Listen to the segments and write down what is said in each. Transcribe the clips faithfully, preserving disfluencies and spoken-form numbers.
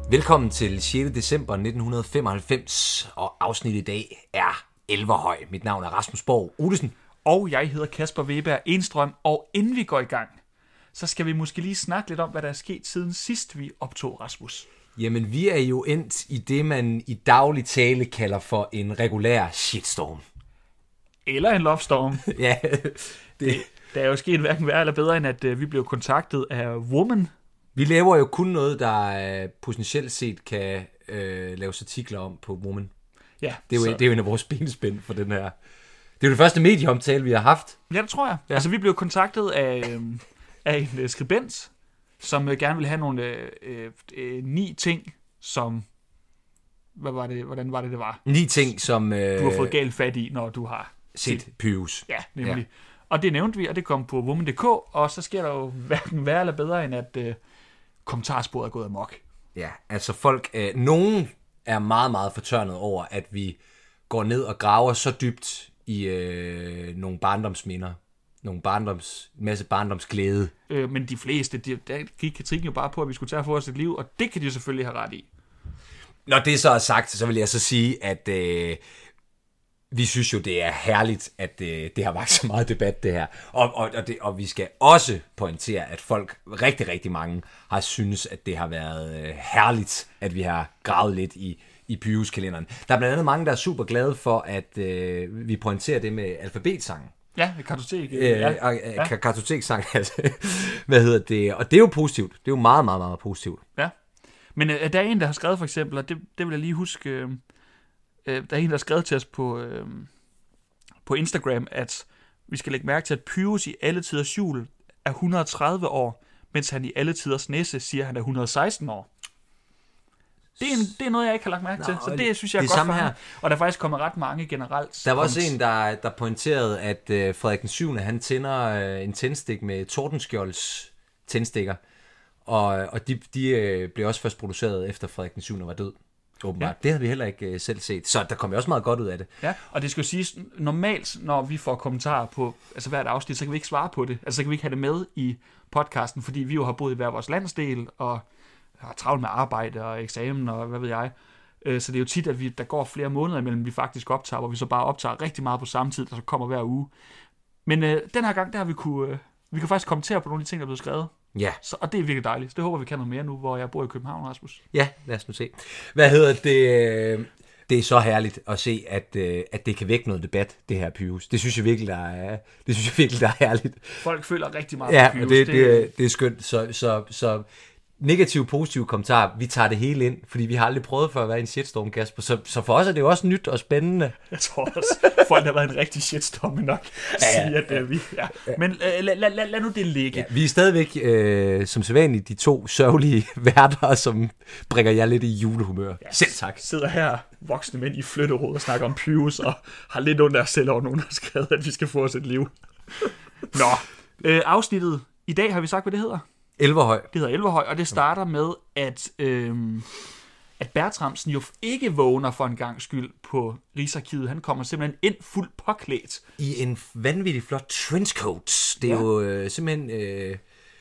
Velkommen til sjette december nitten femoghalvfems, og afsnittet i dag er Elverhøj. Mit navn er Rasmus Borg Olesen. Og jeg hedder Kasper Weber Enstrøm, og inden vi går i gang, så skal vi måske lige snakke lidt om, hvad der er sket siden sidst vi optog, Rasmus. Jamen, vi er jo endt i det, man i daglig tale kalder for en regulær shitstorm. Eller en love storm. Ja, det... Der er jo sket hverken værre eller bedre, end at uh, vi blev kontaktet af Woman. Vi laver jo kun noget, der uh, potentielt set kan uh, laves artikler om på Woman. Ja, det, er jo, så... det er jo en af vores benspænd for den her. Det er jo det første medieomtale, vi har haft. Ja, det tror jeg. Ja. Altså, vi blev kontaktet af, øh, af en uh, skribent, som uh, gerne ville have nogle øh, øh, ni ting, som... Hvad var det? Hvordan var det, det var? Ni ting, som... Øh, du har fået galt fat i, når du har... set Pyrus. Ja, nemlig. Ja. Og det nævnte vi, og det kom på woman punktum d k, og så sker der jo hverken værre eller bedre, end at øh, kommentarsporet er gået amok. Ja, altså folk... Øh, nogen er meget, meget fortørnet over, at vi går ned og graver så dybt i øh, nogle barndomsminder. Nogle barndoms... En masse barndomsglæde. Øh, men de fleste, de, der gik kritikken jo bare på, at vi skulle tage for os et liv, og det kan de selvfølgelig have ret i. Når det så er sagt, så vil jeg så sige, at... Øh, vi synes jo, det er herligt, at det, det har vakt så meget debat, det her. Og, og, og, det, og vi skal også pointere, at folk, rigtig, rigtig mange, har synes, at det har været øh, herligt, at vi har gravet lidt i, i Pyrus-kalenderen. Der er blandt andet mange, der er super glade for, at øh, vi pointerer det med alfabetsangen. Ja, kartotek. Øh, ja. ja. Kartoteksang, altså. Hvad hedder det? Og det er jo positivt. Det er jo meget, meget, meget positivt. Ja. Men øh, der er en, der har skrevet for eksempel, og det, det vil jeg lige huske... Øh, Der er en, der har skrevet til os på, øh, på Instagram, at vi skal lægge mærke til, at Pyrus i alle tiders jul er et hundrede og tredive år, mens han i alle tiders næse siger, at han er et hundrede og seksten år. Det er, en, det er noget, jeg ikke har lagt mærke Nå, til, så det synes jeg er godt for her. Og der er faktisk kommet ret mange generelt. Der var også en, der, der pointerede, at øh, Frederik den syvende han tænder øh, en tændstik med Tordenskjolds tændstikker, og, og de, de øh, blev også først produceret efter Frederik den syvende var død. Åbenbart. Ja. Det havde vi heller ikke uh, selv set, så der kom jo også meget godt ud af det. Ja, og det skal jo siges, normalt når vi får kommentarer på altså hvert afsnit, så kan vi ikke svare på det. Altså så kan vi ikke have det med i podcasten, fordi vi jo har boet i hver vores landsdel, og har travlt med arbejde og eksamen og hvad ved jeg. Så det er jo tit, at vi, der går flere måneder imellem, vi faktisk optager, hvor vi så bare optager rigtig meget på samme tid, der så kommer hver uge. Men øh, den her gang, der har vi kunne, øh, vi kan faktisk kommentere på nogle af de ting, der er blevet skrevet. Ja. Så, og det er virkelig dejligt. Så det håber vi kan noget mere nu, hvor jeg bor i København, Rasmus. Ja, lad os nu se. Hvad hedder det? Det er så herligt at se, at, at det kan vække noget debat, det her Pyrus. Det synes jeg virkelig, der er, det synes jeg virkelig, der er herligt. Folk føler rigtig meget ja, på Pyrus. Ja, det, det, det er skønt. Så, så, så negative, positive kommentarer, vi tager det hele ind, fordi vi har aldrig prøvet før at være i en shitstorm, Kasper. Så, så for os er det jo også nyt og spændende. Jeg tror også, folk har været en rigtig shitstorm nok ja, ja, sige, at uh, vi... Ja. Men uh, lad, lad, lad, lad nu det ligge. Ja, vi er stadigvæk, øh, som sædvanligt, de to sørgelige værter, som bringer jer lidt i julehumør. Ja, selv tak. Sidder her voksne mænd i flytterod og snakker om Pyrus, og har lidt under os selv over nogen, der har skrevet, at vi skal få os et liv. Nå, øh, afsnittet i dag har vi sagt, hvad det hedder. Elverhøj. Det hedder Elverhøj, og det starter med, at, øhm, at Bertramsen jo ikke vågner for en gang skyld på Rigsarkivet. Han kommer simpelthen ind fuldt påklædt. I en vanvittig flot trenchcoat. Det er ja. jo øh, simpelthen... Øh,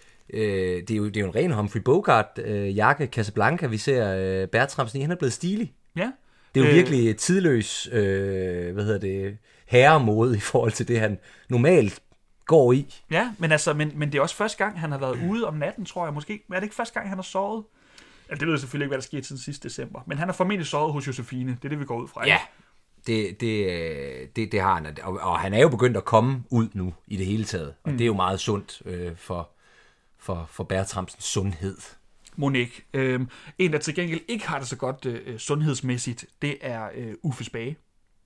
øh, det, er jo, det er jo en ren Humphrey Bogart-jakke, øh, Casablanca. Vi ser øh, Bertramsen i. Han er blevet stilig. Ja. Det er jo øh, virkelig tidløs øh, hvad hedder det, herremode i forhold til det, han normalt går i. Ja, men, altså, men, men det er også første gang, han har været ude om natten, tror jeg måske. Er det ikke første gang, han har sovet? Ja, det ved jeg selvfølgelig ikke, hvad der skete siden sidste december. Men han har formentlig sovet hos Josefine. Det er det, vi går ud fra. Ja, det, det, det, det har han. Og, og han er jo begyndt at komme ud nu i det hele taget. Og mm. det er jo meget sundt øh, for, for, for Bertramsens sundhed. Monique. Øh, en, der til gengæld ikke har det så godt øh, sundhedsmæssigt, det er øh, Uffe Spage.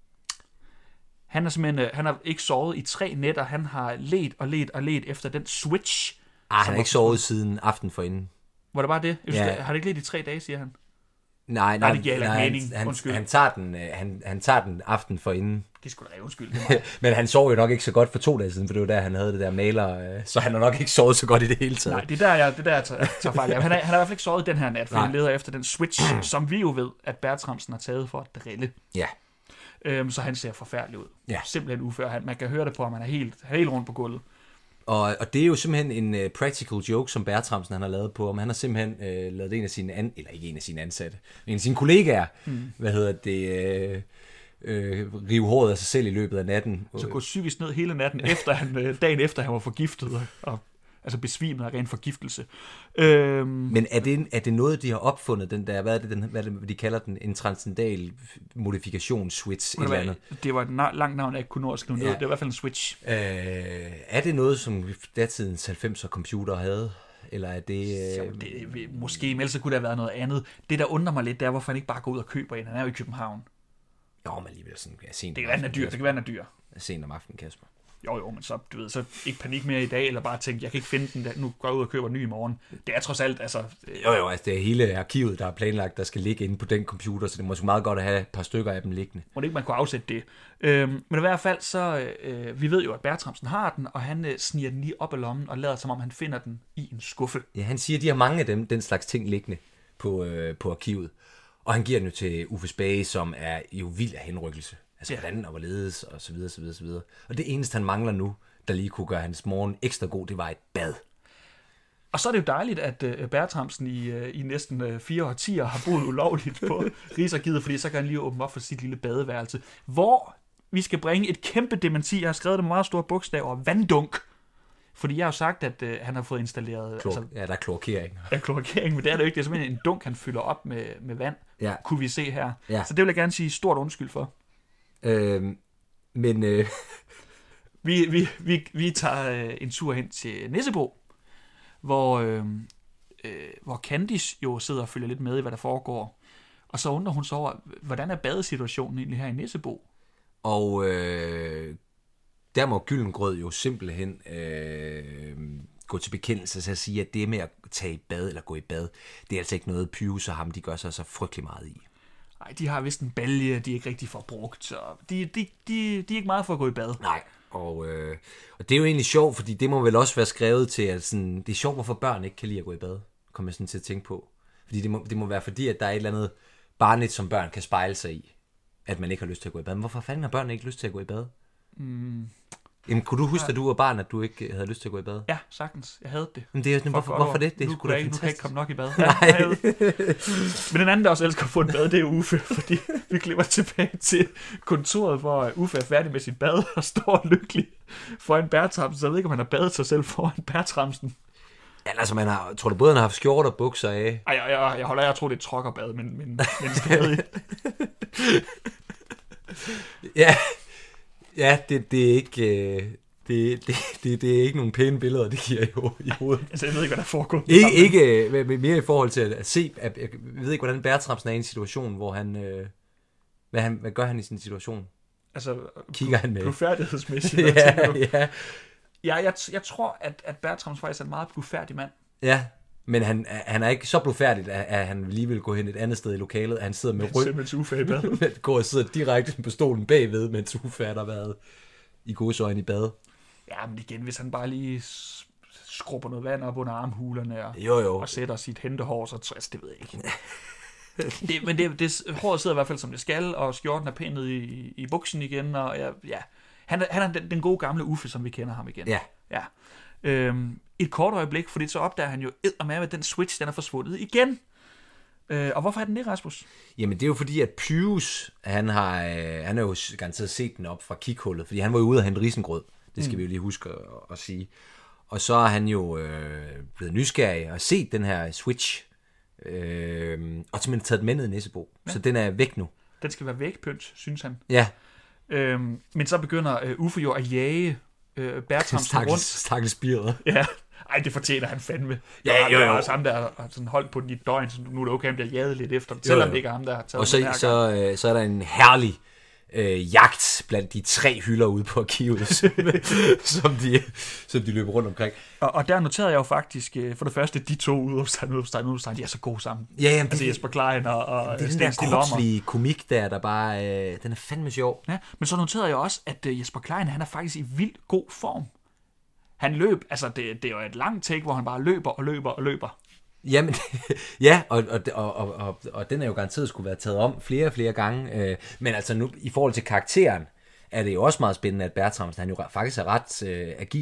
Han har simpelthen, han har ikke sovet i tre nætter. Han har let og let og let efter den switch. Ah, han har ikke sovet siden aften forinden. Var det bare det? Jeg synes, ja. det, har det ikke let i tre dage, siger han? Nej, nej, nej, det nej mening. Han, han, tager den, han, han tager den aften forinden. Det skulle da undskyld. Men han sov jo nok ikke så godt for to dage siden, for det var der, han havde det der maler. Så han har nok ikke sovet så godt i det hele taget. Nej, det er der, jeg, det er der, jeg tager, tager fejl. Han, han har i hvert fald ikke sovet den her nat, for nej. Han leder efter den switch, som vi jo ved, at Bertramsen har taget for at drille. Ja. Øhm, så han ser forfærdelig ud. Ja. Simpelthen ufør. Han, man kan høre det på ham, han er helt, helt rundt på gulvet. Og, og det er jo simpelthen en uh, practical joke, som Bertramsen han har lavet på, om han har simpelthen uh, lavet en af sine, an, eller ikke en af sine ansatte, en af sine kollegaer, mm. hvad hedder det, uh, øh, rive håret af sig selv i løbet af natten. Så gå psykisk ned hele natten, efter han, dagen efter han var forgiftet, og, og altså besvimet af ren forgiftelse. Øhm. Men er det, er det noget, de har opfundet, den der, hvad er det, den, hvad er det de kalder den, en transcendal modifikationsswitch et eller andet? Det var et na- langt navn, jeg ikke kunne nå at skrive ned. Ja. Det var i hvert fald en switch. Øh, er det noget, som datidens halvfemser computer havde? Eller er det... Øh... Så det måske, men ellers så kunne der have været noget andet. Det, der undrer mig lidt, det er, hvorfor han ikke bare går ud og køber en. Han er jo i København. Jo, men alligevel sådan... Ja, sent det kan være, den er dyr. Det kan være, den er dyr. Sent om aftenen, Kasper. Jo, jo, men så, du ved, så ikke panik mere i dag, eller bare tænke, jeg kan ikke finde den, der. Nu går jeg ud og køber en ny i morgen. Det er trods alt, altså... Jo, jo, altså det er hele arkivet, der er planlagt, der skal ligge inde på den computer, så det er måske meget godt at have et par stykker af dem liggende. Må det ikke, man kunne afsætte det. Øhm, men i hvert fald, så... Øh, vi ved jo, at Bertramsen har den, og han øh, sniger den lige op af lommen, og lader som om, han finder den i en skuffe. Ja, han siger, at de har mange af dem, den slags ting liggende på, øh, på arkivet. Og han giver den jo til Uffe Spage, som er jo vild af henrykkelse. Altså, ja. Hvordan og hvorledes, og så videre, så videre, så videre. Og det eneste, han mangler nu, der lige kunne gøre hans morgen ekstra god, det var et bad. Og så er det jo dejligt, at uh, Bertramsen i, uh, i næsten uh, fire årtier har boet ulovligt på Rigsarkivet, fordi så kan han lige åbne op for sit lille badeværelse, hvor vi skal bringe et kæmpe dementi. Jeg har skrevet det med meget store bogstaver, vanddunk. Fordi jeg har jo sagt, at uh, han har fået installeret... Klor- altså, ja, der er kloakering. Ja, kloakering, men det er det jo ikke. Det er simpelthen en dunk, han fylder op med, med vand, ja. Kunne vi se her. Ja. Så det vil jeg gerne sige stort undskyld for. Øhm, men... Øh... Vi, vi, vi, vi tager øh, en tur hen til Nissebo, hvor, øh, øh, hvor Candice jo sidder og følger lidt med i, hvad der foregår. Og så undrer hun så over, hvordan er badesituationen egentlig her i Nissebo? Og øh, der må Gyldengrød jo simpelthen øh, gå til bekendelse til at sige, at det med at tage i bad eller gå i bad, det er altså ikke noget Pyrus og ham, de gør sig så frygtelig meget i. Nej, de har vist en balje, de er ikke rigtig får brugt, så de, de, de, de er ikke meget for at gå i bad. Nej. Og, øh, og det er jo egentlig sjovt, fordi det må vel også være skrevet til, at sådan, det er sjovt, hvorfor børn ikke kan lide at gå i bad, kommer jeg sådan til at tænke på. Fordi det må, det må være fordi, at der er et eller andet barnligt, som børn kan spejle sig i, at man ikke har lyst til at gå i bad. Men hvorfor fanden har børn ikke lyst til at gå i bad? Mm. Jamen, kunne du huske, at du var barn, at du ikke havde lyst til at gå i bad? Ja, sagtens. Jeg havde det. Men det er, for, hvorfor, hvorfor det? Det nu, skulle da fantastisk. Nu kan jeg ikke komme nok i bad. Nej. Men den anden, der også elsker at få en bad, det er Uffe, fordi vi klipper tilbage til kontoret, hvor Uffe er færdig med sit bad og står lykkelig foran Bertramsen. Så jeg ved ikke, om han har badet sig selv foran Bertramsen. Ja, altså, man har, tror du både, han har haft skjort og bukser af? Ej, jeg, jeg, jeg holder, jeg tror, det er et trokkerbad, men, men, men stadig. ja, ja det, det er ikke... Øh... Det, det, det, det er ikke nogen pæne billeder, det giver jo i hovedet. Altså, jeg ved ikke, hvad der foregår. Ikke, ikke mere i forhold til at se, at, jeg ved ikke, hvordan Bertramsen er i en situation, hvor han, øh, hvad, han, hvad gør han i sin situation? Altså, kigger han med? Blufærdighedsmæssigt. ja, ja. Ja, jeg, jeg tror, at, at Bertramsen faktisk er en meget blufærdig mand. Ja, men han, han er ikke så blufærdig, at, at han lige vil gå hen et andet sted i lokalet. Han sidder med ryg. Mens Uffe er i bad. Går og sidder direkte på stolen bagved, mens Uffe er der været i godsøjne i bad. Ja, men igen, hvis han bare lige skrubber noget vand op under armhulerne og, jo, jo. og sætter sit hentehår, så altså, det ved jeg ikke. det, men det, det, håret sidder i hvert fald som det skal, og skjorten er pænet i, i buksen igen, og ja, ja. Han, er, han er den, den gode gamle Uffe, som vi kender ham igen. Ja. ja. Øhm, et kort øjeblik, fordi så opdager han jo eddermame, at den switch, den er forsvundet igen. Øh, og hvorfor er den det, Rasmus? Jamen, det er jo fordi, at Pyrus, han har, øh, han har jo garanteret set den op fra kikhullet, fordi han var jo ude at hente risengrød. Det skal mm. vi jo lige huske at, at sige. Og så er han jo øh, blevet nysgerrig og set den her switch, øh, og simpelthen taget den med ned i Nissebo. Ja. Så den er væk nu. Den skal være vægpynt, synes han. Ja. Øhm, men så begynder øh, Uffe jo at jage øh, Bertramsen rundt. Stakkels spiret. Ja. Ej, det fortjener han fandme. Ja, jo, jo. Der er også ham, der har sådan holdt på den i et døgn, så nu er det okay, han bliver jaget lidt efter det, selvom det ikke er ham, der har taget og så, den her så, øh, så er der en herlig øh, jagt blandt de tre hylder ude på arkivet, som, de, som de løber rundt omkring. Og, og der noterede jeg jo faktisk, for det første, de to udopstegn, udopstegn, udopstegn, de er så gode sammen. Ja, jamen, altså det, Jesper Klein og, og det er den der kropslige komik der, der bare, øh, den er fandme sjov. Ja, men så noterede jeg også, at uh, Jesper Klein, han er faktisk i vildt god form. Han løb, altså det, det er jo et langt take, hvor han bare løber og løber og løber. Jamen, ja, og, og, og, og, og den er jo garanteret skulle være taget om flere og flere gange. Øh, men altså nu, i forhold til karakteren, er det jo også meget spændende, at Bertramsen, han jo faktisk er ret øh, agil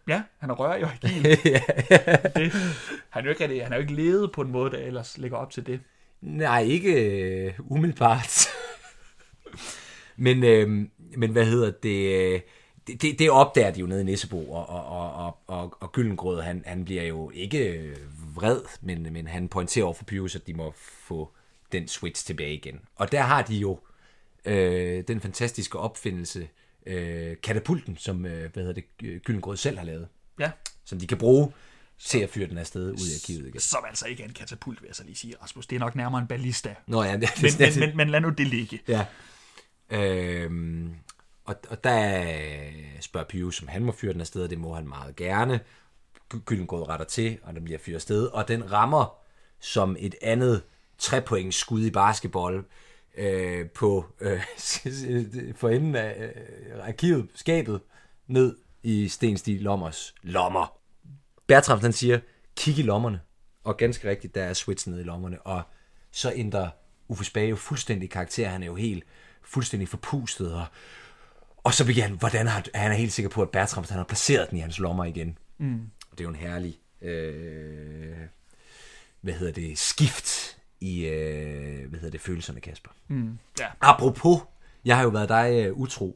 Ja, han er rører jo agil. det, han, er jo ikke, han er jo ikke levet på en måde, der ellers lægger op til det. Nej, ikke uh, umiddelbart. men, øh, men hvad hedder det... Det, det, det opdager de jo nede i Nissebo, og, og, og, og, og Gyllengrød, han, han bliver jo ikke vred, men, men han pointerer over for Pyrus, at de må få den switch tilbage igen. Og der har de jo øh, den fantastiske opfindelse, øh, katapulten, som øh, hvad hedder det, Gyllengrød selv har lavet. Ja. Som de kan bruge til at fyre den afsted ud i arkivet igen. Som altså ikke er en katapult, vil jeg så lige sige, Rasmus. Det er nok nærmere en ballista. Nå ja, det, men, det, men, men, men lad nu det ligge. Ja. Øhm, og, og der spørger Pyrus, om han må fyre den afsted, og det må han meget gerne. Gyllengrød retter til, og den bliver fyret afsted. Og den rammer som et andet trepoints skud i basketball øh, på øh, for enden af øh, arkivet, skabet, ned i Sten Stig Lommers lommer. Bertram, han siger, kig i lommerne. Og ganske rigtigt, der er switch nede i lommerne. Og så ændrer Uffe Spage jo fuldstændig karakter. Han er jo helt fuldstændig forpustet. Og, og så bliver han, hvordan har, han er helt sikker på, at Bertram, han har placeret den i hans lommer igen. Mm. Og det er jo en herlig, øh, hvad hedder det, skift i, øh, hvad hedder det, følelserne, Kasper. Mm. Ja. Apropos, jeg har jo været dig uh, utro.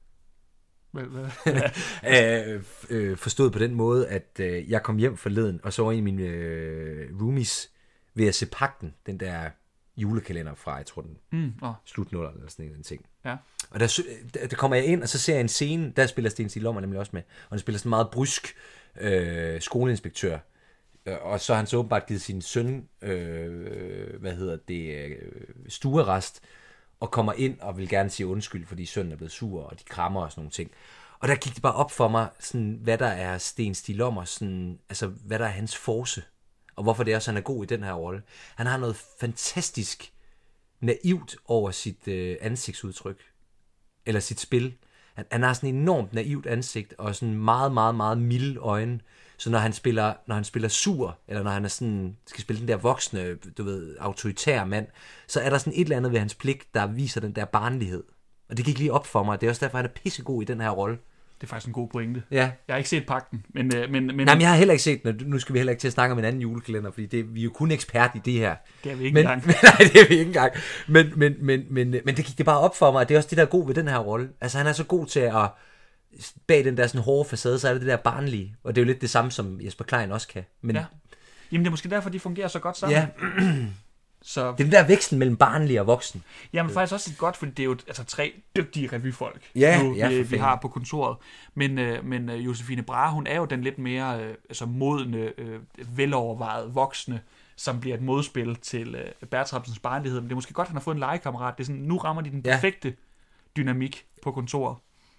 øh, øh, forstået på den måde, at øh, jeg kom hjem forleden, og så var en af mine øh, roomies ved at se Pagten, den der julekalender fra, jeg tror den mm, oh. slutnuller eller sådan en ting. Ja. Og der, der, der kommer jeg ind, og så ser jeg en scene, der spiller Sten Stig Lommer nemlig også med, og han spiller sådan en meget brysk øh, skoleinspektør, og så har han så åbenbart givet sin søn, øh, hvad hedder det, øh, stuerest, og kommer ind og vil gerne sige undskyld, fordi sønnen er blevet sur, og de krammer og sådan nogle ting. Og der gik det bare op for mig, sådan, hvad der er Sten Stig Lommer, sådan, altså hvad der er hans force, og hvorfor det er også, han er god i den her rolle. Han har noget fantastisk naivt over sit øh, ansigtsudtryk, eller sit spil. Han, han har sådan et enormt naivt ansigt, og sådan meget, meget, meget milde øjne. Så når han spiller, når han spiller sur, eller når han er sådan, skal spille den der voksne, du ved, autoritære mand, så er der sådan et eller andet ved hans blik, der viser den der barnlighed. Og det gik lige op for mig. Det er også derfor, han er pissegod i den her rolle. Det er faktisk en god pointe. Ja. Jeg har ikke set Pagten, men... men, men Nej, men jeg har heller ikke set den. Nu skal vi heller ikke til at snakke om en anden julekalender, fordi det, vi er jo kun ekspert i det her. Det er vi ikke men, engang. Nej, det er vi ikke engang. Men, men, men, men, men det gik det bare op for mig, at det er også det, der er god ved den her rolle. Altså, han er så god til at... Bag den der sådan hårde facade, så er det det der barnlige. Og det er jo lidt det samme, som Jesper Klein også kan. Men... Ja. Jamen, det er måske derfor, de fungerer så godt sammen. Ja. Så... Det er den der vekslen mellem barnlig og voksen. Jamen faktisk også godt, fordi det er jo altså, tre dygtige revyfolk, ja, nu, ja, vi, vi har på kontoret. Men, øh, men øh, Josefine Brahe, hun er jo den lidt mere øh, altså modne, øh, velovervejet voksne, som bliver et modspil til øh, Bertramsens barnlighed. Men det er måske godt, han har fået en legekammerat. Det er sådan, nu rammer de den perfekte ja. dynamik på kontoret.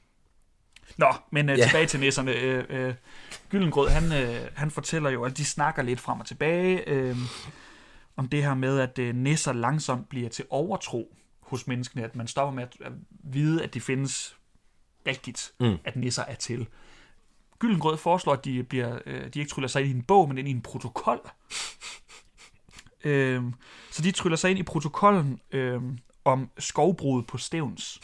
Nå, men øh, ja. tilbage til nisserne. Øh, øh, Gyllengrød, han, øh, han fortæller jo, at de snakker lidt frem og tilbage øh, om det her med, at øh, nisser langsomt bliver til overtro hos menneskene, at man stopper med at, at vide, at det findes rigtigt, mm. at nisser er til. Gyllengrød foreslår, at de, bliver, øh, de ikke tryller sig ind i en bog, men ind i en protokol. øh, så de tryller sig ind i protokollen øh, om skovbruget på Stevns.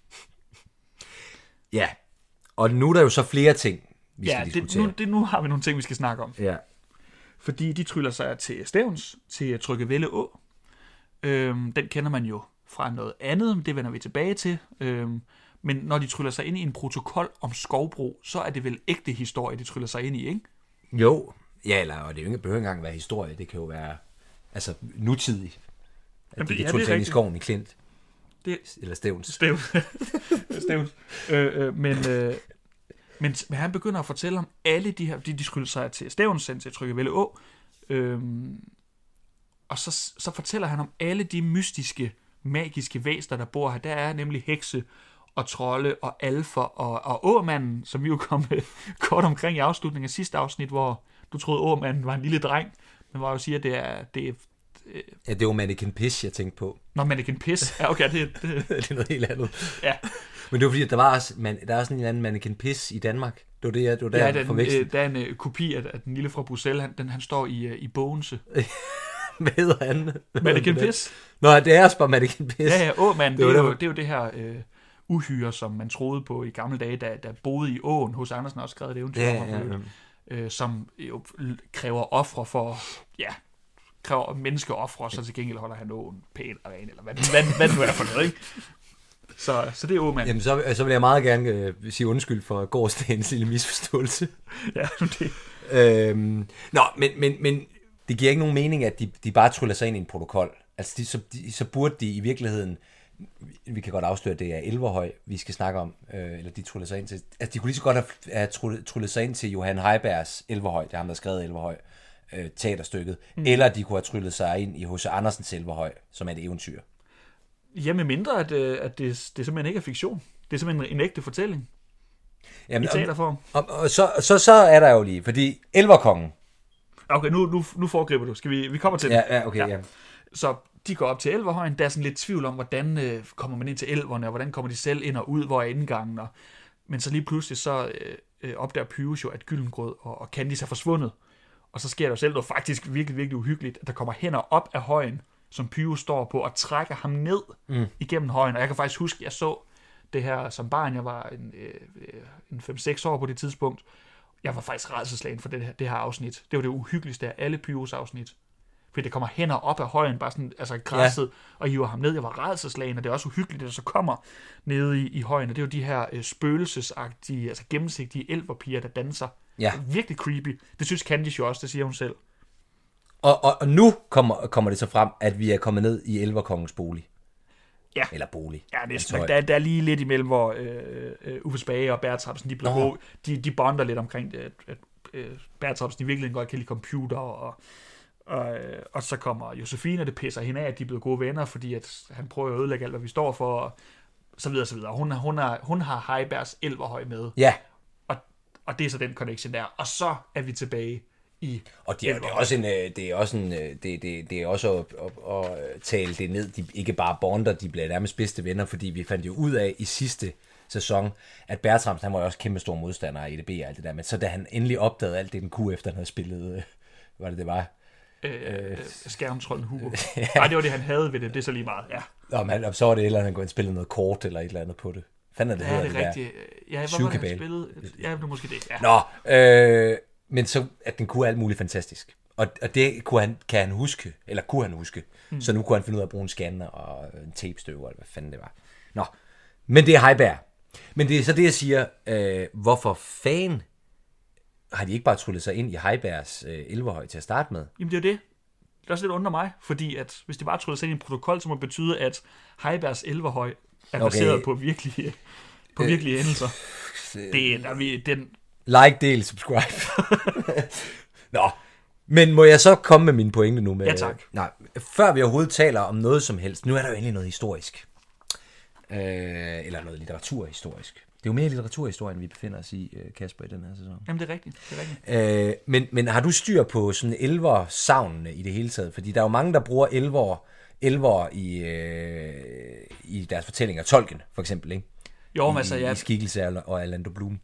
Ja, og nu er der jo så flere ting, vi ja, skal diskutere. Ja, det, nu har vi nogle ting, vi skal snakke om. Ja. Fordi de tryller sig til Stevns, til Tryggevælde Å. Øhm, den kender man jo fra noget andet, det vender vi tilbage til. Øhm, men når de tryller sig ind i en protokol om skovbrug, så er det vel ægte historie, de tryller sig ind i, ikke? Jo, ja, eller, og det behøver ikke engang være historie, det kan jo være altså nutidigt. At Jamen, de kan trylle sig ind i skoven i Klint. Det... Eller Stevns. Stevns. Stevns. Øh, øh, men, øh, men, men han begynder at fortælle om alle de her, de, de skylder sig til Stevns, sendt til Tryggevælde Å, øh, og så, så fortæller han om alle de mystiske, magiske væsener, der bor her. Der er nemlig hekse og trolde og alfer og, og Åmanden, som vi jo kom kort omkring i afslutningen af sidste afsnit, hvor du troede, Åmanden var en lille dreng, men hvor jeg jo siger, at det er... Det er ja, det var Mannequin Piss, jeg tænkte på. Nå, Mannequin Piss. Ja, okay, det, det... det er noget helt andet. Ja. Men det var fordi, at der var også, man, der er også en eller anden Mannequin Piss i Danmark. Det var det, jeg, det var der, ja, jeg den, forvekslede. Øh, der er en øh, kopi af, af den lille fra Bruxelles. Han, den, han står i, øh, i Bogense. Hvad hedder han? Mannequin Piss. Nå, det er også bare Mannequin Piss. Ja, ja, Åmand, det, det, det, det er jo det her øh, uhyre, som man troede på i gamle dage, der, der boede i åen. Hos Andersen har også skrevet det eventyr, Ja, ja, ja. Øh, som jo kræver ofre for, ja, kræver menneskeofre, og så til gengæld holder han åen pæn og ren, eller hvad, hvad, hvad nu er for noget, ikke? Så, så det er åmand. Jamen, så, så vil jeg meget gerne øh, sige undskyld for gårdsdagens lille misforståelse. Ja, det. Øhm, nå, men, men, men det giver ikke nogen mening, at de, de bare tryller sig ind i en protokol. Altså, de, så, de, så burde de i virkeligheden, vi kan godt afsløre, at det er Elverhøj, vi skal snakke om, øh, eller de tryller sig ind til. Altså, de kunne lige så godt have, have tryllet, tryllet sig ind til Johan Heibergs Elverhøj, det er ham, der har skrevet Elverhøj, øh, teaterstykket, mm. eller de kunne have tryllet sig ind i H C Andersens Elverhøj, som er et eventyr. Ja, med mindre, at, at det, det simpelthen ikke er fiktion. Det er simpelthen en ægte fortælling. Jamen, i teaterform. Og, og, og så, så, så er der jo lige, fordi Elverkongen. Okay, nu, nu, nu foregriber du. Skal vi, vi kommer til ja, ja, okay, ja. ja. Så de går op til Elverhøjen. Der er sådan lidt tvivl om, hvordan øh, kommer man ind til elverne, og hvordan kommer de selv ind og ud, hvor er indgangen. Og, men så lige pludselig så øh, opdager Pyrus jo, at Gyllengrød og, og Candice er forsvundet. Og så sker der jo selv noget faktisk virkelig, virkelig uhyggeligt, at der kommer hænder op af højen, som Pyrus står på, og trækker ham ned mm. igennem højen. Og jeg kan faktisk huske, at jeg så det her som barn. Jeg var en, øh, en fem seks år på det tidspunkt. Jeg var faktisk rædselsslagen for det her, det her afsnit. Det var det uhyggeligste af alle Pyrus afsnit. Fordi det kommer hænder op af højen, bare sådan, altså græsset, ja. Og hiver ham ned. Jeg var rædselsslagen, og det er også uhyggeligt, at det så kommer nede i, i højen. Og det er jo de her øh, spøgelsesagtige, altså gennemsigtige elverpiger, der danser. Ja. Virkelig creepy. Det synes Candice jo også, det siger hun selv. Og, og, og nu kommer, kommer det så frem, at vi er kommet ned i Elverkongens bolig. Ja. Eller bolig. Ja, næsten. Der, der er lige lidt imellem, hvor øh, øh, Uffe Spage og Bertrapsen, de, bliver de, de bonder lidt omkring det, at, at øh, Bertrapsen i virkeligheden godt kan lide computer, og, og, øh, og så kommer Josefine, og det pisser hende af, at de er blevet gode venner, fordi at han prøver at ødelægge alt, hvad vi står for, og så videre, så videre. Hun, hun, har, hun har Heibergs Elverhøj med. Ja. Og, og det er så den connection der. Og så er vi tilbage i og det er, det er også en det er også en det, det, det er også at, at, at tale det ned. De ikke bare bonder, de bliver nærmest bedste venner, fordi vi fandt jo ud af i sidste sæson, at Bertramsen, han var jo også kæmpe stor modstander af E D B og alt det der, men så da han endelig opdagede alt det, den kunne efter han havde spillet, hvad det det var? Øh, øh, Skærmtrollen Hugo. ja. Nej, det var det, han havde ved det, det er så lige meget, ja. Nå, men han, så var det et eller andet, han går ind og spillede noget kort eller et eller andet på det. Fanden er det, ja, hedder, det er rigtigt. Ja, hvad var det, han spillede? Ja, det var måske det, ja. Nå, øh, men så, at den kunne alt muligt fantastisk. Og, og det kunne han, kan han huske, eller kunne han huske. Mm. Så nu kunne han finde ud af at bruge en scanner og en tapestøver, eller hvad fanden det var. Nå, men det er Heiberg. Men det er så det, jeg siger, øh, hvorfor fanden har de ikke bare tryllet sig ind i Heibergs øh, Elverhøj til at starte med? Jamen det er det. Det er også lidt under mig, fordi at hvis de bare tryller sig ind i en protokol, så må det betyde, at Heibergs Elverhøj er baseret okay. på virkelige, på øh, virkelige hændelser. Det er, der vi, den... Like, del, subscribe. Nå, men må jeg så komme med mine pointe nu? Med, ja, tak. Nej, før vi overhovedet taler om noget som helst, nu er der jo endelig noget historisk. Øh, eller noget litteraturhistorisk. Det er jo mere litteraturhistorien, vi befinder os i, Kasper, i den her sæson. Jamen, det er rigtigt. Det er rigtigt. Øh, men, men har du styr på sådan elver-savnene i det hele taget? Fordi der er jo mange, der bruger elver, elver i, øh, i deres fortællinger. Tolkien, for eksempel, ikke? Jo, men altså, ja. I Skikkelse og Orlando Bloom.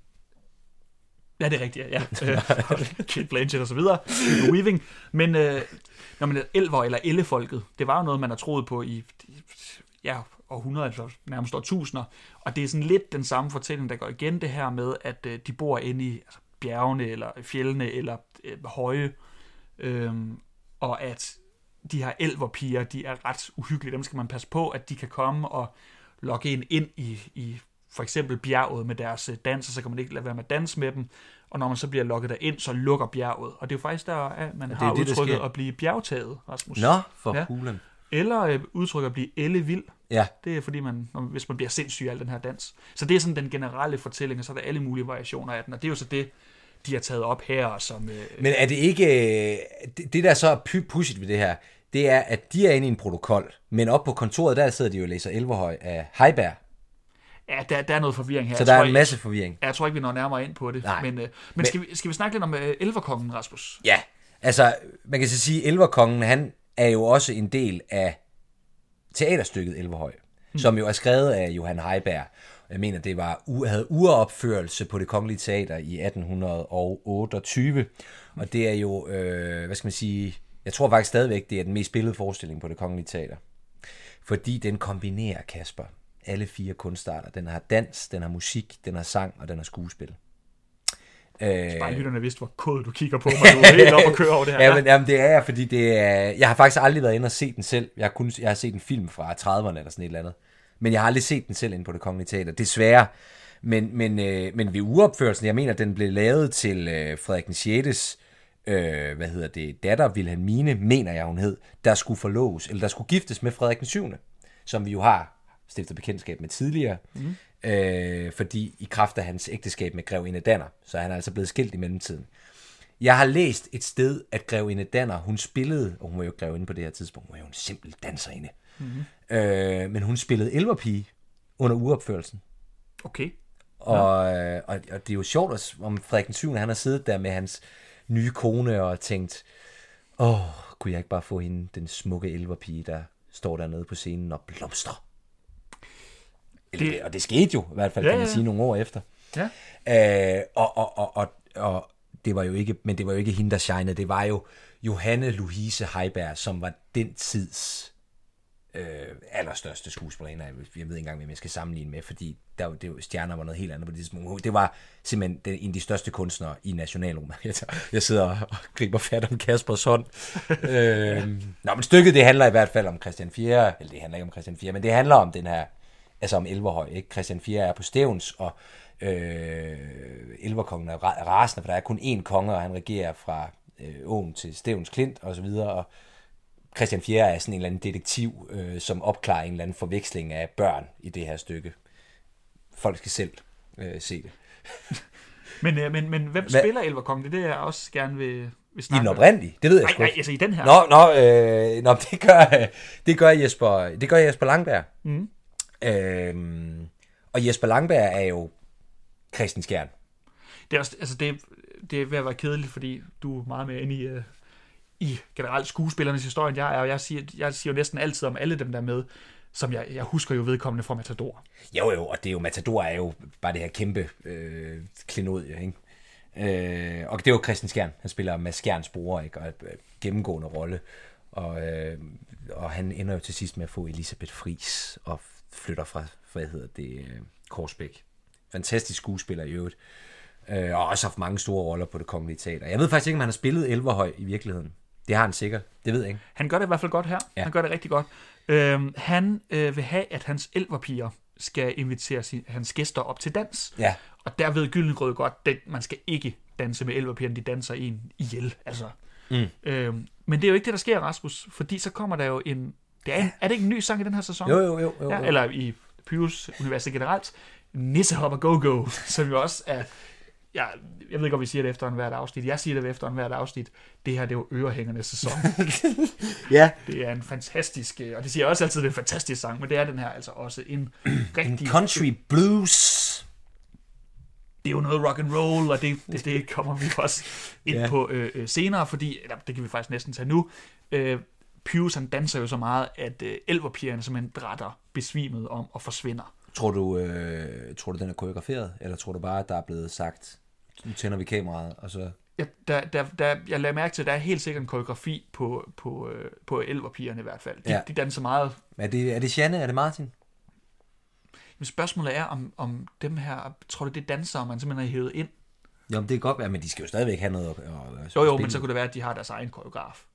Ja, det er rigtigt, ja. Kate Blanchett og så videre. Weaving. Men, øh, når man er elver eller ellefolket, det var jo noget, man har troet på i... ja, århundreder, altså nærmest årtusinder, og det er sådan lidt den samme fortælling, der går igen det her med, at øh, de bor inde i altså, bjergene, eller fjellene, eller øh, høje, øhm, og at de her elverpiger, de er ret uhyggelige, dem skal man passe på, at de kan komme og lokke en ind i, i for eksempel bjerget med deres dans, og så kan man ikke lade være med at danse med dem, og når man så bliver lokket derind, så lukker bjerget, og det er jo faktisk der, at man har det, udtrykket at blive bjergtaget, Rasmus. Nå, for ja. hulen. Eller øh, udtrykker at blive ellevild. Ja. Det er fordi, man, når, hvis man bliver sindssyg af al den her dans. Så det er sådan den generelle fortælling, og så er der alle mulige variationer af den, og det er jo så det, de har taget op her. Som, øh, Men er det ikke... Det, det der så er pudsigt ved det her, det er, at de er inde i en protokol, men op på kontoret, der sidder de jo og læser Elverhøj af Heiberg. Ja, der, der er noget forvirring her. Så der er en masse forvirring. Jeg, jeg tror ikke, vi når nærmere ind på det. Nej. Men, øh, men, men skal, vi, skal vi snakke lidt om øh, Elverkongen, Rasmus? Ja, altså, man kan så sige, at Elverkongen, han er jo også en del af teaterstykket Elverhøj, hmm. som jo er skrevet af Johan Heiberg. Jeg mener, det var havde uropførelse på Det Kongelige Teater i atten otteogtyve, og det er jo, øh, hvad skal man sige, jeg tror faktisk stadigvæk, det er den mest spillede forestilling på Det Kongelige Teater. Fordi den kombinerer, Kasper, alle fire kunstarter. Den har dans, den har musik, den har sang, og den har skuespil. Øh, bare lytterne vidste, hvor kod du kigger på mig. Du er helt op og kører over det her. Ja, men, jamen, det er jeg, fordi det er... Jeg har faktisk aldrig været inde og set den selv. Jeg har, kun, jeg har set en film fra trediverne eller sådan et eller andet. Men jeg har aldrig set den selv inde på Det Kongelige Teater. Desværre. Men, men, øh, men ved uopførelsen, jeg mener, den blev lavet til øh, Frederik den sjette. Øh, hvad hedder det? Datter Wilhelmine, mener jeg, hun hed, der skulle forloves, eller der skulle giftes med Frederik den syvende. Som vi jo har stiftet bekendtskab med tidligere. Mm. Øh, fordi i kraft af hans ægteskab med grevinde Danner, så er han altså blevet skilt i mellemtiden. Jeg har læst et sted, at grevinde Danner, hun spillede, og hun var jo grevinde på det her tidspunkt, hun var jo en simpel danserinde, mm-hmm. øh, men hun spillede elverpige under uopførelsen. Okay. Og, ja. og, og det er jo sjovt, om Frederik den syvende, han har siddet der med hans nye kone og tænkt, åh, kunne jeg ikke bare få hende, den smukke elverpige, der står dernede på scenen og blomstrer. Det, og det skete jo, i hvert fald, ja, kan man sige, nogle år efter. Ja. Øh, og, og, og, og, og det var jo ikke, men det var jo ikke hende, der shinede. Det var jo Johanne Louise Heiberg, som var den tids øh, allerstørste skuespillerinde. Jeg ved ikke engang, hvem jeg skal sammenligne med, fordi der, det jo, stjerner var noget helt andet på det tidspunkt. Det var simpelthen den, en af de største kunstnere i nationalroman. Jeg, jeg sidder og griber fat om Kaspers hånd. øh, nå, men stykket, det handler i hvert fald om Christian den fjerde. Eller det handler ikke om Christian den fjerde, men det handler om den her, altså om Elverhøj, ikke? Christian den fjerde er på Stevns, og øh, Elverkongen er rasende, for der er kun én konge, og han regerer fra øh, Åen til Stevns Klint, og så videre, og Christian den fjerde er sådan en eller anden detektiv, øh, som opklarer en eller anden forveksling af børn i det her stykke. Folk skal selv øh, se det. men, øh, men, men hvem Hva? spiller Elverkongen? Det er det, jeg også gerne vil, vil snakke i den oprindelige, det ved jeg sgu ikke. Nej, altså i den her. Nå, nå, øh, nå det, gør, det gør Jesper, det gør Jesper Langberg. Mm. Øhm, og Jesper Langberg er jo Christian Skjern. Det er, også, altså det, det er ved at være kedeligt, fordi du er meget mere inde i, uh, i generelt skuespillernes historie, end jeg er, og jeg siger, jeg siger jo næsten altid om alle dem, der er med, som jeg, jeg husker jo vedkommende fra Matador. Jo jo, og det er jo, Matador er jo bare det her kæmpe øh, klenod, ikke? Øh, og det er jo Christian Skjern, han spiller Mads Skjerns bror, ikke? Og et øh, gennemgående rolle, og, øh, og han ender jo til sidst med at få Elisabeth Friis, og flytter fra, hvad hedder det, Korsbæk. Fantastisk skuespiller i øvrigt. Øh, og også haft mange store roller på Det Kongelige Teater. Jeg ved faktisk ikke, om han har spillet Elverhøj i virkeligheden. Det har han sikkert. Det ved jeg ikke. Han gør det i hvert fald godt her. Ja. Han gør det rigtig godt. Øhm, han øh, vil have, at hans elverpiger skal invitere sin, hans gæster op til dans. Ja. Og der ved Gyldengrød godt, at man skal ikke danse med elverpigerne. De danser en ihjel. Altså. Mm. Øhm, men det er jo ikke det, der sker, Rasmus. Fordi så kommer der jo en... Det er, en, er det ikke en ny sang i den her sæson? Jo, jo, jo. jo, jo. Ja, eller i Pyrus universet generelt. Nissehopper Go-Go, som jo også er... Ja, jeg ved ikke, om vi siger det efter en hvert afsnit. Jeg siger det efter en hvert afsnit. Det her, det er jo ørehængernes sæson. Ja. Det er en fantastisk... Og det siger også altid, det er en fantastisk sang, men det er den her altså også en rigtig... En country blues. Det er jo noget rock and roll, og det, det, det kommer vi også ind yeah. på øh, senere, fordi... Eller, det kan vi faktisk næsten tage nu. Øh, Pyrus, han danser jo så meget, at øh, elverpigerne simpelthen drætter besvimet om og forsvinder. Tror du, øh, tror du, den er koreograferet? Eller tror du bare, at der er blevet sagt, nu tænder vi kameraet, og så... Ja, der, der, der, jeg lader mærke til, at der er helt sikkert en koreografi på, på, øh, på elverpigerne i hvert fald. De, ja. de danser meget... Er det, er det Janne? Er det Martin? Men spørgsmålet er, om, om dem her... Tror du, det er dansere, man simpelthen har hævet ind? Jo, det kan godt være, men de skal jo stadigvæk have noget at, at, at Jo, jo, men så kunne det være, at de har deres egen koreograf.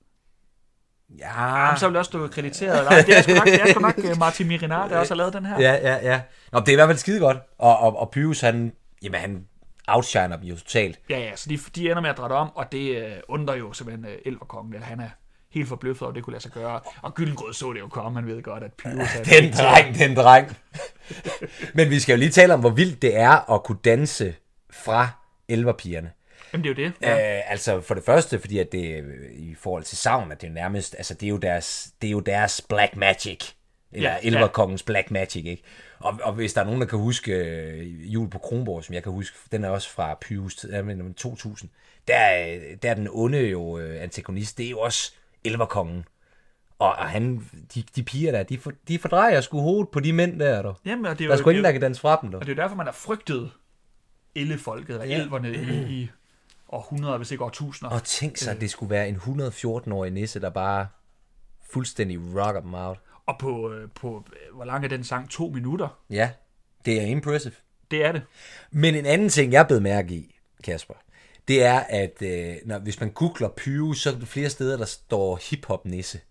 Ja. Jamen, så vil det også stå krediteret. Nej, det er sgu nok, det er sgu nok Martin Mirinar, der også har lavet den her. Ja, ja, ja. Nå, det er i hvert fald skide godt. Og, og, og Pyrus, han, jamen, han outshiner dem jo totalt. Ja, ja, så de, de ender med at drætte om, og det øh, undrer jo simpelthen øh, Elverkongen, at han er helt forbløffet over, det kunne lade sig gøre. Og Gyldengrød så det jo komme, man ved godt, at Pyrus er... Den dreng, den dreng. Men vi skal jo lige tale om, hvor vildt det er at kunne danse fra elverpigerne. Jamen, det er jo det. Ja. Øh, altså, for det første, fordi at det i forhold til sagn, at det er nærmest, altså, det er jo deres, det er jo deres black magic. Eller ja, Elverkongens ja. Black magic, ikke? Og, og hvis der er nogen, der kan huske uh, Jul på Kronborg, som jeg kan huske, den er også fra Pyrus to tusind, der, der er den onde jo uh, antagonist, det er jo også Elverkongen. Og, og han, de, de piger der, de, for, de fordrejer sgu hovedet på de mænd der, der. Jamen, og det er der er jo, sgu ingen, der kan danse fra dem, der. Og det er jo derfor, man har frygtet ellefolket, eller ja. elverne i, i århundreder, hvis ikke årtusinder. Og tænk sig, at det skulle være en et hundrede og fjorten-årig nisse, der bare fuldstændig rocker dem out. Og på, øh, på, hvor lang er den sang? To minutter. Ja, det er impressive. Det er det. Men en anden ting, jeg blev mærke i, Kasper, det er, at øh, når, hvis man googler Pyro, så er der flere steder, der står hip-hop-nisse.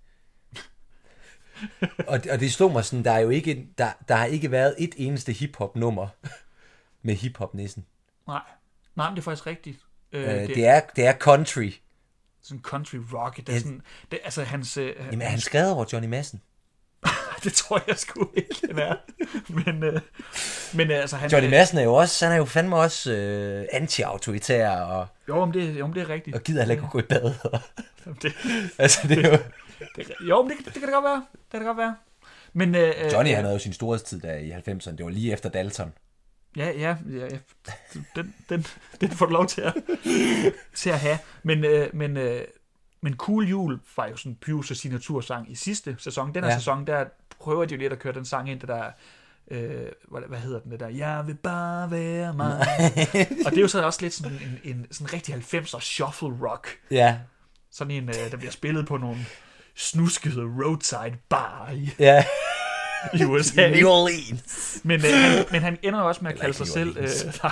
og, og det slog mig sådan, der er jo ikke, der, der har ikke været et eneste hip-hop-nummer med hip-hop-nissen. Nej, nej, men det er faktisk rigtigt. Øh, det, det, er, det er country. Sådan country rock. Det er sådan, det, altså hans... Øh, Jamen, er han skrevet over Johnny Madsen? Det tror jeg sgu ikke, den er. Men, øh, men altså... Han, Johnny Madsen er jo også, han er jo fandme også øh, anti-autoritær, og... Jo, men det, jo, men det er rigtigt. Og gider heller ikke at gå i bad. det, altså, det er jo... Det, jo, men det, det kan det godt være. Det kan det godt være. Men, øh, Johnny, øh, han havde jo sin storhedstid der i halvfemserne. Det var lige efter Dalton. Ja, ja, ja, ja. Den, den, den får du lov til at, til at have. Men, øh, men, øh, men Cool Jul var jo sådan Pyros signatursang i sidste sæson. Den her ja. sæson, der prøver de jo lidt at køre den sang ind, det der... Øh, hvad, hvad hedder den det der? Jeg vil bare være mig. Og det er jo så også lidt sådan en, en sådan rigtig halvfemser shuffle rock. Ja. Sådan en, øh, der bliver spillet på nogle snuskede roadside bar i, ja. i U S A. New Orleans. Men, øh, han, men han ender jo også med at kalde sig selv, øh, nej,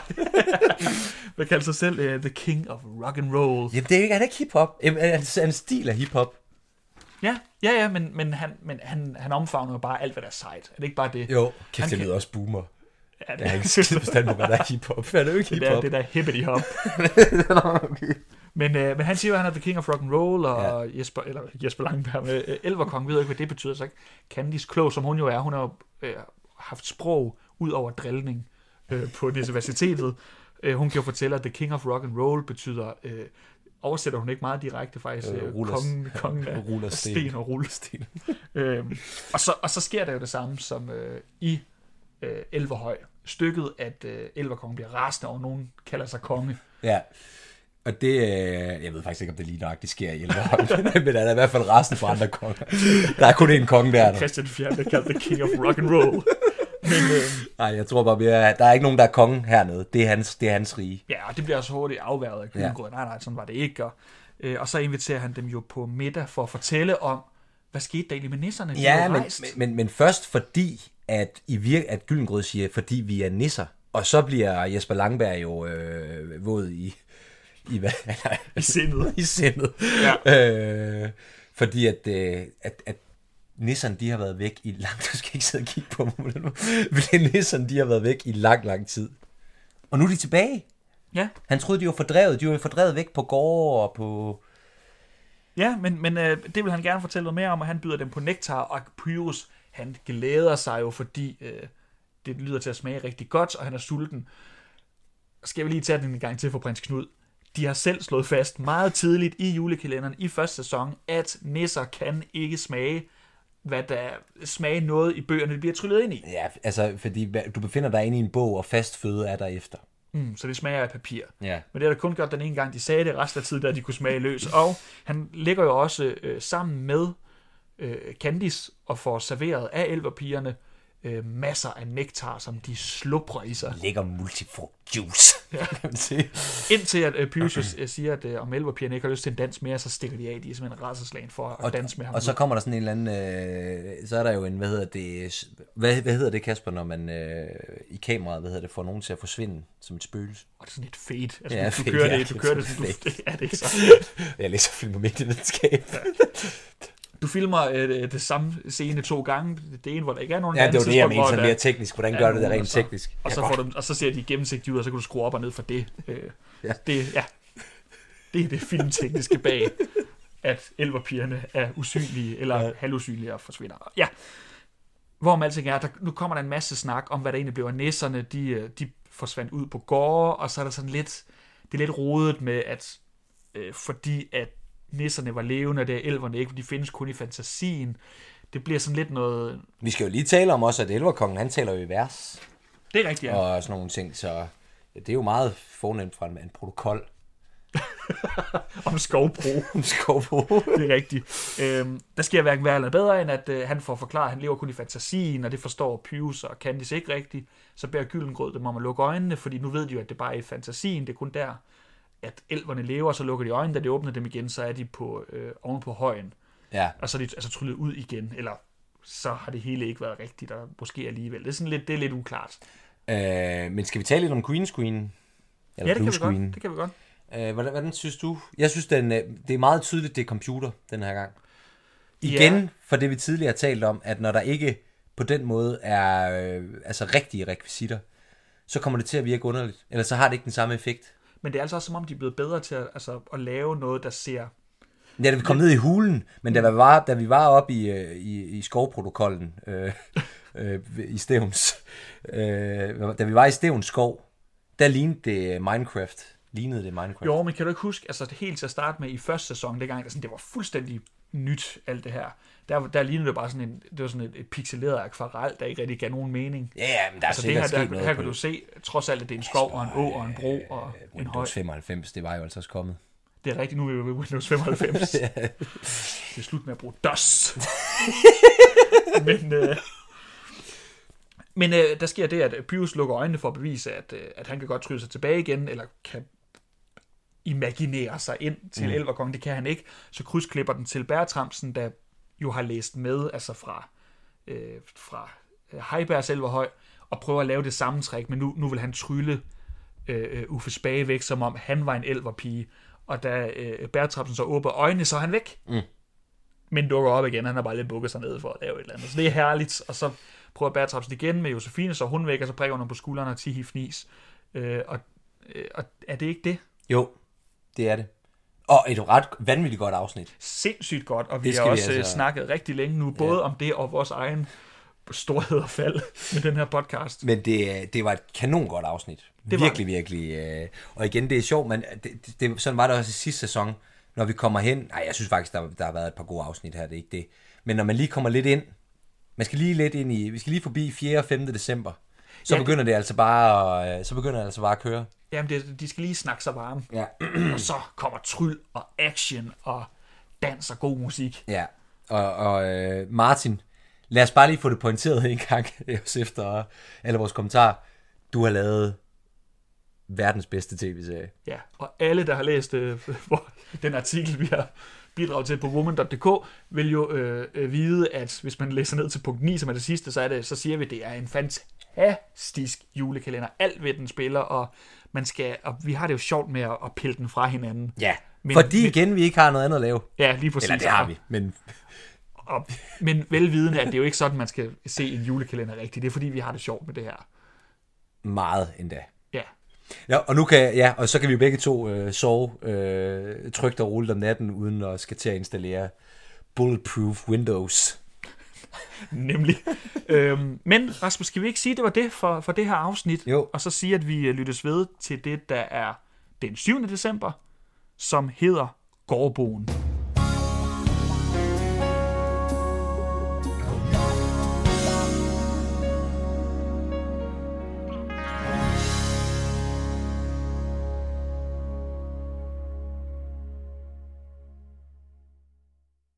med at kalde sig selv øh, the king of rock and roll. Jamen det er ikke, han er ikke hiphop. Han er en stil af hiphop. Ja, ja, ja, men, men, han, men han, han omfavner jo bare alt, hvad der er sejt. Er det ikke bare det? Jo, kæft, det lyder også boomer. Ja, det er ikke skidt forstand på, hvad der er hiphop. Er det jo ikke hiphop? Det er det der hippity-hop. okay. Men, øh, men han siger jo, at han er the king of rock and roll, og ja. Jesper, eller Jesper Langberg med øh, Elverkong, ved ikke, hvad det betyder. Så ikke? Candice Klog, som hun jo er, hun har jo øh, haft sprog ud over drillning øh, på universitetet. øh, hun kan jo fortælle, at the king of rock and roll betyder... Øh, oversætter hun ikke meget direkte faktisk, øh, kongen, kongen af, af sten og rullesten. øhm, og, så, og så sker der jo det samme som øh, i øh, Elverhøj. Stykket, at øh, Elverkongen bliver rasende, og nogen kalder sig konge. Ja, og det, øh, jeg ved faktisk ikke, om det lige nok, det sker i Elverhøj, men der er i hvert fald rasende for andre konger. Der er kun én konge der. Christian fjerde, der kalder the king of rock and roll. Men, øh, nej, jeg tror bare, mere, der er ikke nogen, der er kongen hernede. Det er hans, det er hans rige. Ja, og det bliver så hurtigt afværget af Gyllengrød. Ja. Nej, nej, sådan var det ikke. Og, øh, og så inviterer han dem jo på middag for at fortælle om, hvad skete der egentlig med nisserne? De ja, men, men, men først fordi, at, i vir- at Gyllengrød siger, fordi vi er nisser. Og så bliver Jesper Langberg jo øh, våd i... I, hvad? I sindet. I sindet. Ja. Øh, fordi at, øh, at, at nisserne, de har været væk i lang tid. Du skal ikke sidde og kigge på mig nu. Men nisserne, de har været væk i lang, lang tid. Og nu er de tilbage. Ja. Han troede, de var fordrevet. De var fordrevet væk på gårde og på... Ja, men, men øh, det vil han gerne fortælle noget mere om, og han byder dem på nektar, og Pyrus, han glæder sig jo, fordi øh, det lyder til at smage rigtig godt, og han er sulten. Skal jeg lige tage den en gang til for prins Knud? De har selv slået fast meget tidligt i julekalenderen i første sæson, at nisser kan ikke smage, hvad der smage noget i bøgerne, det bliver tryllet ind i. Ja, altså, fordi du befinder dig inde i en bog, og fast føde er derefter. Mm, så det smager af papir. Ja. Men det har da kun gjort den ene gang, de sagde det, resten af tiden, der de kunne smage løs. Og han ligger jo også øh, sammen med øh, Candice og får serveret af elverpigerne øh, masser af nektar, som de sluprer i sig. Lækker multifrugt juice, ja. Kan man sige. Indtil at øh, Pyrus øh, siger, at øh, om elverpigerne ikke har lyst til en dans mere, så stikker de af. De er simpelthen rædselslagen for at og, danse med ham. Og så kommer der sådan en eller anden, øh, så er der jo en, hvad hedder det, hvad, hvad hedder det, Kasper, når man øh, i kameraet, hvad hedder det, får nogen til at forsvinde som et spøgelse? Og det er sådan et fade. Altså, ja, du, fade, du kører ja, det, du kører det, sådan, du, det er det ikke så. Jeg læser film om medievidenskab. Ja. Du filmer øh, det samme scene to gange. Det ene, hvor der ikke er nogen ja, det var det, jeg mente, så der, mere teknisk. Hvordan gør det det rent teknisk? Og så, får du, og så ser de gennemsigtigt ud, og så kan du skrue op og ned for det. Øh, ja. Det, ja. det er det filmtekniske bag, at elverpigerne er usynlige, eller ja. halvusynlige og forsvinder. Ja. Hvorom alting er, der, nu kommer der en masse snak om, hvad der egentlig blev af nisserne. De, de forsvandt ud på gårde, og så er der sådan lidt, det er lidt rodet med, at øh, fordi at nisserne var levende, og det er elverne ikke, for de findes kun i fantasien. Det bliver sådan lidt noget... Vi skal jo lige tale om også, at elverkongen, han taler jo i vers. Det er rigtigt, ja. Og sådan nogle ting, så ja, det er jo meget fornemt fra en, en protokol. om skovbro. om skovbro. Det er rigtigt. Øhm, der sker hverken værre eller bedre, end at øh, han får forklaret, at han lever kun i fantasien, og det forstår Pyrus og Candice ikke rigtigt. Så beder Gyllengrød dem om at lukke øjnene, fordi nu ved de jo, at det bare er i fantasien. Det er kun der, at elverne lever, så lukker de øjnene, da de åbner dem igen, så er de på, øh, oven på højen. Ja. Og så er de altså tryllet ud igen, eller så har det hele ikke været rigtigt, og måske alligevel. Det er sådan lidt, det er lidt uklart. Øh, men skal vi tale lidt om Queen's Queen? Eller Ja, det kan, Blues vi godt. Queen? det kan vi godt. Øh, hvordan, hvordan synes du? Jeg synes, den, det er meget tydeligt, det er computer den her gang. Igen, ja. For det vi tidligere har talt om, at når der ikke på den måde er øh, altså rigtige rekvisitter, så kommer det til at virke underligt. Eller så har det ikke den samme effekt. Men det er altså også, som om de er blevet bedre til at, altså, at lave noget, der ser... Ja, da vi kom ned i hulen, men da vi var, da vi var oppe i, i, i skovprotokollen øh, øh, i Stevns, øh, da vi var i Stevns skov, der lignede det Minecraft. Lignede det Minecraft. Jo, men kan du ikke huske, altså helt til at starte med i første sæson, det gang, der sådan, det var fuldstændig nyt, alt det her. Der, der lignede det bare sådan en, det var sådan et, et pixeleret akvarel, der ikke rigtig gav nogen mening. Ja, ja, men der er altså, sikkert det her, sket der, noget her på kan det. du se, trods alt, at det er en skov og en å og en bro og øh, en høj. Windows femoghalvfems, det var jo altså også kommet. Det er rigtigt, nu er vi ved Windows femoghalvfems. Det er slut med at bruge DOS. men øh, men øh, der sker det, at Pyrus lukker øjnene for at bevise, at, øh, at han kan godt trylle sig tilbage igen, eller kan imaginere sig ind til mm. Elverkongen. Det kan han ikke. Så krydsklipper den til Bertramsen, der jo har læst med, altså fra, øh, fra Heibergs Elverhøj, og prøver at lave det samme træk, men nu, nu vil han trylle øh, Uffe Spage væk, som om han var en elverpige. Og da øh, Bertramsen så åbner øjnene, så er han væk. Mm. Men dukker op igen, han har bare lidt bukket sig ned for at lave et eller andet. Så det er herligt. Og så prøver Bertramsen igen med Josefine, så hun væk, og så prikker hun på skulderen og tihi fnis. Øh, og, øh, og er det ikke det? Jo, det er det. Og et ret vanvittigt godt afsnit. Sindssygt godt, og vi har også vi altså... snakket rigtig længe nu, både ja. om det og vores egen storhed og fald med den her podcast. Men det, det var et kanon godt afsnit. Det virkelig, virkelig. Øh, og igen, det er sjovt, men det, det, det, sådan var det også i sidste sæson, når vi kommer hen. Nej, jeg synes faktisk, der, der har været et par gode afsnit her, det er ikke det. Men når man lige kommer lidt ind, man skal lige lidt ind i, vi skal lige forbi fjerde og femte december, så ja, begynder det altså bare, at, så begynder det altså bare at køre. Jamen, det, de skal lige snakke sig varme. Ja. Og så kommer tryl og action og dans og god musik. Ja, og, og øh, Martin, lad os bare lige få det pointeret en gang, også efter alle vores kommentarer. Du har lavet verdens bedste tv-serie. Ja, og alle, der har læst øh, den artikel, vi har bidraget til på woman punktum d k, vil jo øh, øh, vide, at hvis man læser ned til punkt ni, som er det sidste, så, er det, så siger vi, at det er en fantastisk julekalender. Alt ved den spiller, og, man skal, og vi har det jo sjovt med at, at pille den fra hinanden. Ja, men, fordi men, igen, vi ikke har noget andet at lave. Ja, lige præcis. Eller det har vi, men... Og, men velvidende, at det er jo ikke sådan, man skal se en julekalender rigtigt. Det er fordi, vi har det sjovt med det her. Meget endda. Ja. Ja, og nu kan ja, og så kan vi jo begge to øh, sove øh, trygt og roligt om natten, uden at skal til at installere bulletproof Windows. Nemlig. øhm, men Rasmus, skal vi ikke sige, at det var det for, for det her afsnit? Jo. Og så sige, at vi lyttes ved til det, der er den syvende december, som hedder Gårdboen.